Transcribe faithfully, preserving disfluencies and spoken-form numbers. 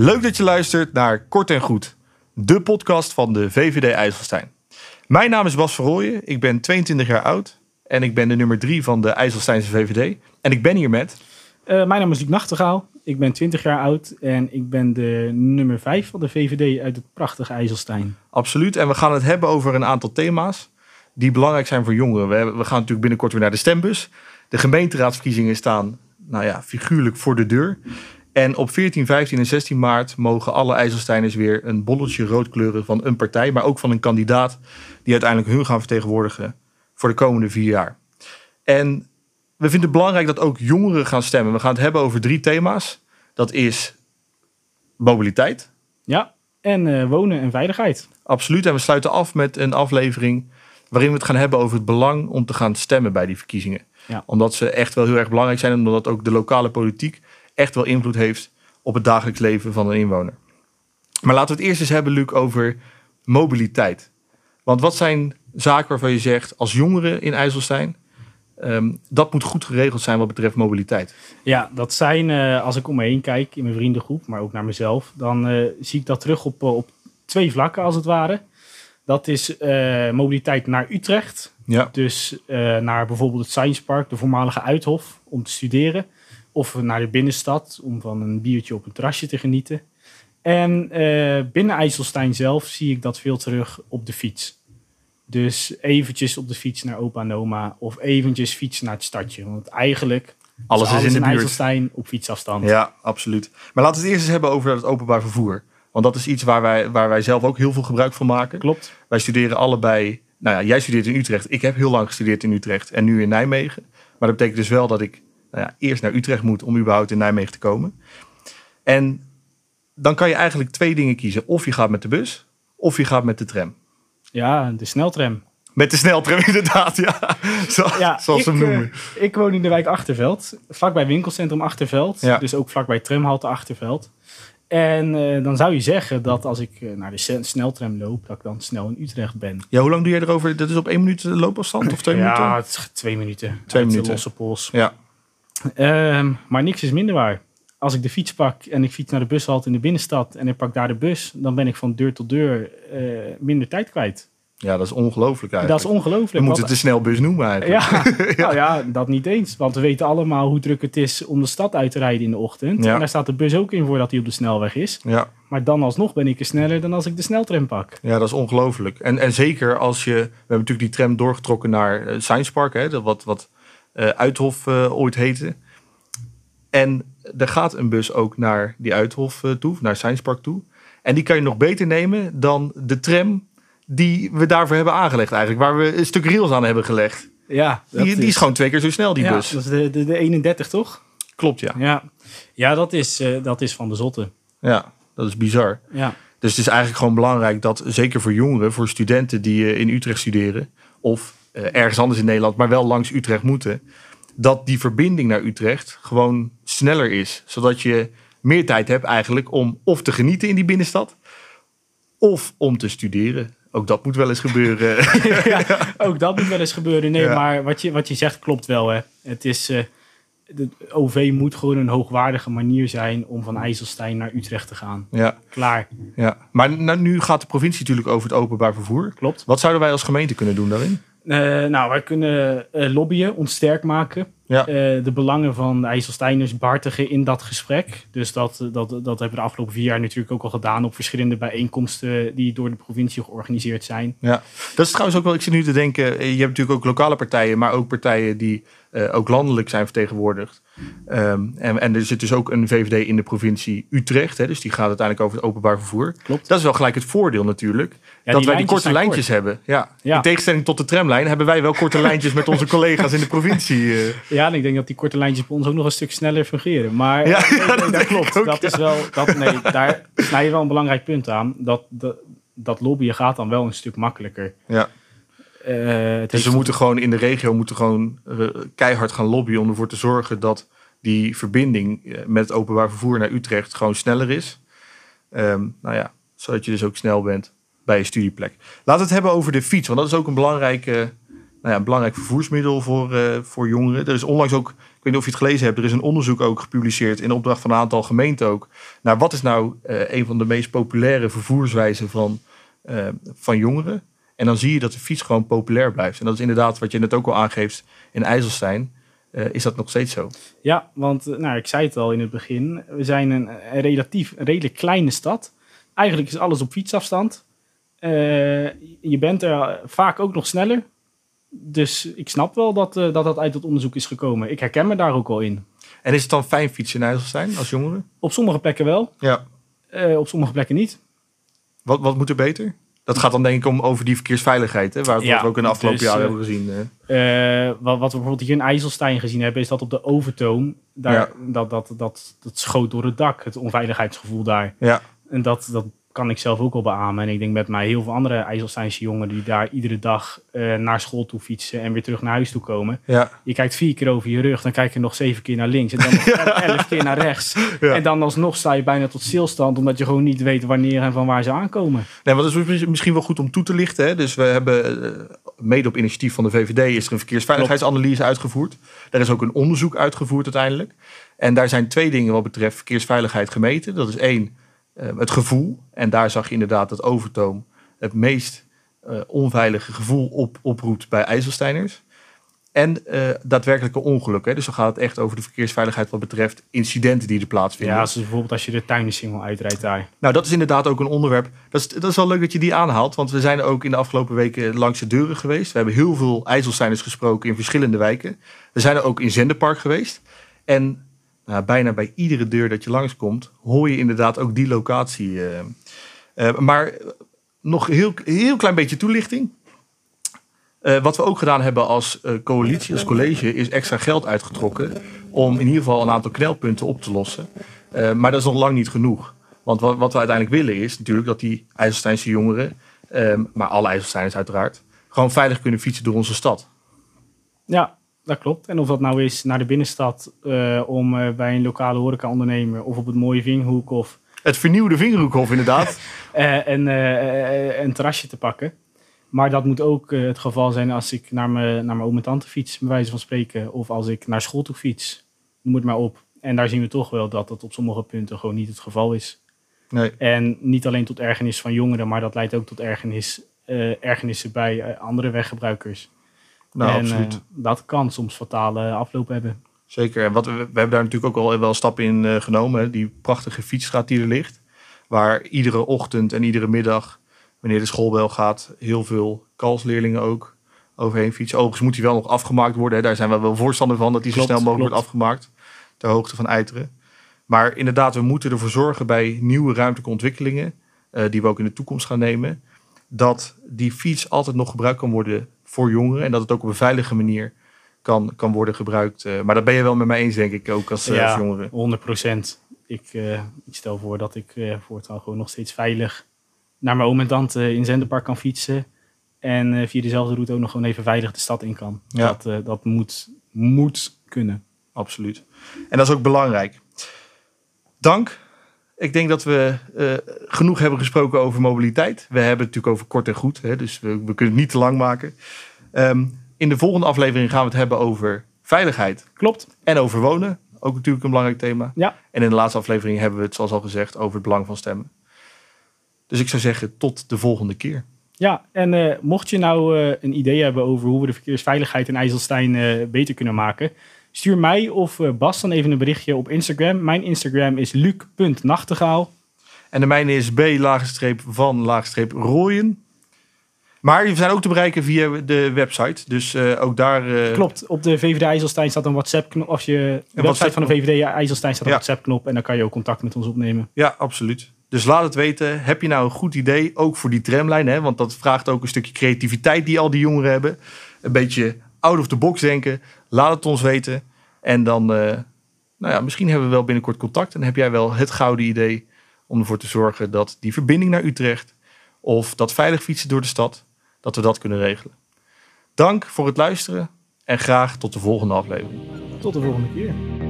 Leuk dat je luistert naar Kort en Goed, de podcast van de V V D IJsselstein. Mijn naam is Bas Verrooyen, ik ben tweeëntwintig jaar oud en ik ben de nummer drie van de IJsselsteinse V V D. En ik ben hier met... Uh, mijn naam is Luc Nachtegaal, ik ben twintig jaar oud en ik ben de nummer vijf van de V V D uit het prachtige IJsselstein. Absoluut, en we gaan het hebben over een aantal thema's die belangrijk zijn voor jongeren. We, hebben, we gaan natuurlijk binnenkort weer naar de stembus. De gemeenteraadsverkiezingen staan, nou ja, figuurlijk voor de deur. En op veertien, vijftien en zestien maart mogen alle IJsselsteiners weer een bolletje rood kleuren van een partij, maar ook van een kandidaat die uiteindelijk hun gaan vertegenwoordigen voor de komende vier jaar. En we vinden het belangrijk dat ook jongeren gaan stemmen. We gaan het hebben over drie thema's. Dat is mobiliteit. Ja, en uh, wonen en veiligheid. Absoluut. En we sluiten af met een aflevering waarin we het gaan hebben over het belang om te gaan stemmen bij die verkiezingen. Ja. Omdat ze echt wel heel erg belangrijk zijn en omdat ook de lokale politiek echt wel invloed heeft op het dagelijks leven van een inwoner. Maar laten we het eerst eens hebben, Luc, over mobiliteit. Want wat zijn zaken waarvan je zegt als jongeren in IJsselstein, um, dat moet goed geregeld zijn wat betreft mobiliteit? Ja, dat zijn, uh, als ik om me heen kijk in mijn vriendengroep, maar ook naar mezelf, dan uh, zie ik dat terug op, uh, op twee vlakken als het ware. Dat is uh, mobiliteit naar Utrecht. Ja. Dus uh, naar bijvoorbeeld het Science Park, de voormalige Uithof, om te studeren. Of naar de binnenstad om van een biertje op een terrasje te genieten. En uh, binnen IJsselstein zelf zie ik dat veel terug op de fiets. Dus eventjes op de fiets naar opa en oma of eventjes fietsen naar het stadje. Want eigenlijk alles is, alles is in de buurt. IJsselstein op fietsafstand. Ja, absoluut. Maar laten we het eerst eens hebben over het openbaar vervoer. Want dat is iets waar wij, waar wij zelf ook heel veel gebruik van maken. Klopt. Wij studeren allebei. Nou ja, jij studeert in Utrecht. Ik heb heel lang gestudeerd in Utrecht en nu in Nijmegen. Maar dat betekent dus wel dat ik nou ja, eerst naar Utrecht moet om überhaupt in Nijmegen te komen. En dan kan je eigenlijk twee dingen kiezen. Of je gaat met de bus, of je gaat met de tram. Ja, de sneltram. Met de sneltram inderdaad, ja. Zo, ja zoals ze hem noemen. Uh, ik woon in de wijk Achterveld, vlakbij winkelcentrum Achterveld. Ja. Dus ook vlakbij tramhalte Achterveld. En uh, dan zou je zeggen dat als ik uh, naar de sneltram loop, dat ik dan snel in Utrecht ben. Ja, hoe lang doe jij erover? Dat is op één minuut loopafstand of twee ja, minuten? Ja, het is twee minuten. Twee minuten. De losse pols. Ja. Uh, maar niks is minder waar. Als ik de fiets pak en ik fiets naar de bushalte in de binnenstad en ik pak daar de bus, dan ben ik van deur tot deur uh, minder tijd kwijt. Ja, dat is ongelooflijk eigenlijk. Dat is ongelooflijk. We moeten het de snelbus noemen eigenlijk. Ja, ja. Nou ja, dat niet eens. Want we weten allemaal hoe druk het is om de stad uit te rijden in de ochtend. Ja. En daar staat de bus ook in voordat hij op de snelweg is. Ja. Maar dan alsnog ben ik er sneller dan als ik de sneltram pak. Ja, dat is ongelooflijk. En, en zeker als je... We hebben natuurlijk die tram doorgetrokken naar uh, Science Park. Hè, dat wat, wat uh, Uithof uh, ooit heette. En er gaat een bus ook naar die Uithof uh, toe, naar Science Park toe. En die kan je nog beter nemen dan de tram die we daarvoor hebben aangelegd eigenlijk. Waar we een stuk rails aan hebben gelegd. Ja, die, die is, is gewoon twee keer zo snel, die ja, bus. Dat is de, de, de eenendertig, toch? Klopt, ja. Ja, ja dat, is, uh, dat is van de zotte. Ja, dat is bizar. Ja. Dus het is eigenlijk gewoon belangrijk dat, zeker voor jongeren, voor studenten die uh, in Utrecht studeren, of uh, ergens anders in Nederland, maar wel langs Utrecht moeten, dat die verbinding naar Utrecht gewoon sneller is. Zodat je meer tijd hebt eigenlijk om of te genieten in die binnenstad, of om te studeren. Ook dat moet wel eens gebeuren. Ja, ook dat moet wel eens gebeuren. Nee, ja. Maar wat je, wat je zegt klopt wel. Hè. Het is, uh, de O V moet gewoon een hoogwaardige manier zijn om van IJsselstein naar Utrecht te gaan. Ja. Klaar. Ja. Maar nou, nu gaat de provincie natuurlijk over het openbaar vervoer. Klopt. Wat zouden wij als gemeente kunnen doen daarin? Uh, nou, wij kunnen uh, lobbyen, ons sterk maken. Ja. Uh, de belangen van de IJsselsteiners behartigen in dat gesprek. Dus dat, dat, dat hebben we de afgelopen vier jaar natuurlijk ook al gedaan op verschillende bijeenkomsten die door de provincie georganiseerd zijn. Ja, dat is trouwens ook wel, ik zit nu te denken, je hebt natuurlijk ook lokale partijen, maar ook partijen die uh, ook landelijk zijn vertegenwoordigd. Um, en, en er zit dus ook een V V D in de provincie Utrecht, hè, dus die gaat uiteindelijk over het openbaar vervoer. Klopt. Dat is wel gelijk het voordeel natuurlijk, ja, dat die wij die korte lijntjes kort. hebben. Ja. Ja. In tegenstelling tot de tramlijn hebben wij wel korte lijntjes met onze collega's in de provincie. Uh. Ja, en ik denk dat die korte lijntjes bij ons ook nog een stuk sneller fungeren. Maar ja, nee, ja, nee, dat, dat klopt. Ook, dat ja. is wel, dat, nee, daar snij je wel een belangrijk punt aan. Dat, dat, dat lobbyen gaat dan wel een stuk makkelijker. Ja. Uh, dus we moeten gewoon in de regio moeten gewoon uh, keihard gaan lobbyen om ervoor te zorgen dat die verbinding uh, met het openbaar vervoer naar Utrecht gewoon sneller is. Um, nou ja, zodat je dus ook snel bent bij je studieplek. Laten we het hebben over de fiets, want dat is ook een belangrijke nou ja, een belangrijk vervoersmiddel voor, uh, voor jongeren. Er is onlangs ook, ik weet niet of je het gelezen hebt, er is een onderzoek ook gepubliceerd in opdracht van een aantal gemeenten ook. Naar wat is nou uh, een van de meest populaire vervoerswijzen van, uh, van jongeren? En dan zie je dat de fiets gewoon populair blijft. En dat is inderdaad wat je net ook al aangeeft in IJsselstein. Uh, is dat nog steeds zo? Ja, want nou, ik zei het al in het begin. We zijn een, een relatief een redelijk kleine stad. Eigenlijk is alles op fietsafstand. Uh, je bent er vaak ook nog sneller. Dus ik snap wel dat, uh, dat dat uit het onderzoek is gekomen. Ik herken me daar ook al in. En is het dan fijn fietsen in IJsselstein als jongeren? Op sommige plekken wel. Ja. Uh, op sommige plekken niet. Wat, wat moet er beter? Dat gaat dan denk ik om over die verkeersveiligheid. Hè? Waar het, ja, wat we ook in de afgelopen dus, jaren uh, hebben gezien. Uh. Uh, wat, wat we bijvoorbeeld hier in IJsselstein gezien hebben, is dat op de Overtoom. Daar, ja. dat, dat, dat, dat schoot door het dak, het onveiligheidsgevoel daar. Ja. En dat, dat kan ik zelf ook al beamen. En ik denk met mij heel veel andere IJsselsteinse jongeren die daar iedere dag uh, naar school toe fietsen en weer terug naar huis toe komen. Ja. Je kijkt vier keer over je rug, dan kijk je nog zeven keer naar links en dan nog ja. elf keer naar rechts. Ja. En dan alsnog sta je bijna tot stilstand, omdat je gewoon niet weet wanneer en van waar ze aankomen. Nee, maar dat is misschien wel goed om toe te lichten. Hè? Dus we hebben, uh, mede op initiatief van de V V D, is er een verkeersveiligheidsanalyse uitgevoerd. Daar is ook een onderzoek uitgevoerd uiteindelijk. En daar zijn twee dingen wat betreft verkeersveiligheid gemeten. Dat is één, Uh, het gevoel. En daar zag je inderdaad dat Overtoom het meest uh, onveilige gevoel op, oproept bij IJsselsteiners. En uh, daadwerkelijke ongelukken. Dus dan gaat het echt over de verkeersveiligheid wat betreft incidenten die er plaatsvinden. Ja, zoals bijvoorbeeld als je de tuinensingel uitrijdt daar. Nou, dat is inderdaad ook een onderwerp. Dat is, dat is wel leuk dat je die aanhaalt. Want we zijn ook in de afgelopen weken langs de deuren geweest. We hebben heel veel IJsselsteiners gesproken in verschillende wijken. We zijn er ook in Zenderpark geweest. En nou, bijna bij iedere deur dat je langskomt, hoor je inderdaad ook die locatie. Uh, uh, maar nog een heel, heel klein beetje toelichting. Uh, wat we ook gedaan hebben als uh, coalitie, als college, is extra geld uitgetrokken om in ieder geval een aantal knelpunten op te lossen. Uh, maar dat is nog lang niet genoeg. Want wat, wat we uiteindelijk willen is natuurlijk dat die IJsselsteinse jongeren, um, maar alle IJsselsteiners uiteraard, gewoon veilig kunnen fietsen door onze stad. Ja. Dat klopt. En of dat nou is naar de binnenstad uh, om uh, bij een lokale horecaondernemer of op het mooie Vingerhoek of... Het vernieuwde Vingerhoekhof inderdaad. uh, en, uh, een terrasje te pakken. Maar dat moet ook uh, het geval zijn als ik naar mijn, naar mijn oom en tante fiets, bij wijze van spreken. Of als ik naar school toe fiets. Noem het maar op. En daar zien we toch wel dat dat op sommige punten gewoon niet het geval is. Nee. En niet alleen tot ergernis van jongeren, maar dat leidt ook tot ergernis, uh, ergernissen bij uh, andere weggebruikers. Nou, en absoluut. Uh, dat kan soms fatale afloop hebben. Zeker. En wat we, we hebben daar natuurlijk ook al wel stappen in uh, genomen. Hè? Die prachtige fietsstraat die er ligt. Waar iedere ochtend en iedere middag, wanneer de schoolbel gaat, heel veel kalfsleerlingen ook overheen fietsen. Overigens moet die wel nog afgemaakt worden. Hè? Daar zijn we wel voorstander van, dat die klopt, zo snel mogelijk klopt. wordt afgemaakt. Ter hoogte van Eiteren. Maar inderdaad, we moeten ervoor zorgen bij nieuwe ruimtelijke ontwikkelingen, uh, die we ook in de toekomst gaan nemen, dat die fiets altijd nog gebruikt kan worden voor jongeren. En dat het ook op een veilige manier kan, kan worden gebruikt. Uh, maar dat ben je wel met mij eens, denk ik, ook als, uh, ja, als jongeren. honderd procent. Ik, uh, ik stel voor dat ik uh, voortaan gewoon nog steeds veilig naar mijn oom en tante in Zenderpark kan fietsen. En uh, via dezelfde route ook nog gewoon even veilig de stad in kan. Ja. Dat, uh, dat moet, moet kunnen. Absoluut. En dat is ook belangrijk. Dank. Ik denk dat we uh, genoeg hebben gesproken over mobiliteit. We hebben het natuurlijk over kort en goed. Hè, dus we, we kunnen het niet te lang maken. Um, in de volgende aflevering gaan we het hebben over veiligheid. Klopt. En over wonen. Ook natuurlijk een belangrijk thema. Ja. En in de laatste aflevering hebben we het, zoals al gezegd, over het belang van stemmen. Dus ik zou zeggen, tot de volgende keer. Ja, en uh, mocht je nou uh, een idee hebben over hoe we de verkeersveiligheid in IJsselstein uh, beter kunnen maken, stuur mij of uh, Bas dan even een berichtje op Instagram. Mijn Instagram is luc punt nachtegaal. En de mijne is b-van-rooien. Maar we zijn ook te bereiken via de website. Dus uh, ook daar... Uh... Klopt, op de V V D IJsselstein staat een WhatsApp-knop. Als je de website van de V V D IJsselstein staat een ja. WhatsApp-knop. En dan kan je ook contact met ons opnemen. Ja, absoluut. Dus laat het weten. Heb je nou een goed idee? Ook voor die tramlijn. Hè? Want dat vraagt ook een stukje creativiteit die al die jongeren hebben. Een beetje out of the box denken. Laat het ons weten. En dan... Uh, nou ja, misschien hebben we wel binnenkort contact. En heb jij wel het gouden idee om ervoor te zorgen dat die verbinding naar Utrecht of dat veilig fietsen door de stad, dat we dat kunnen regelen. Dank voor het luisteren en graag tot de volgende aflevering. Tot de volgende keer.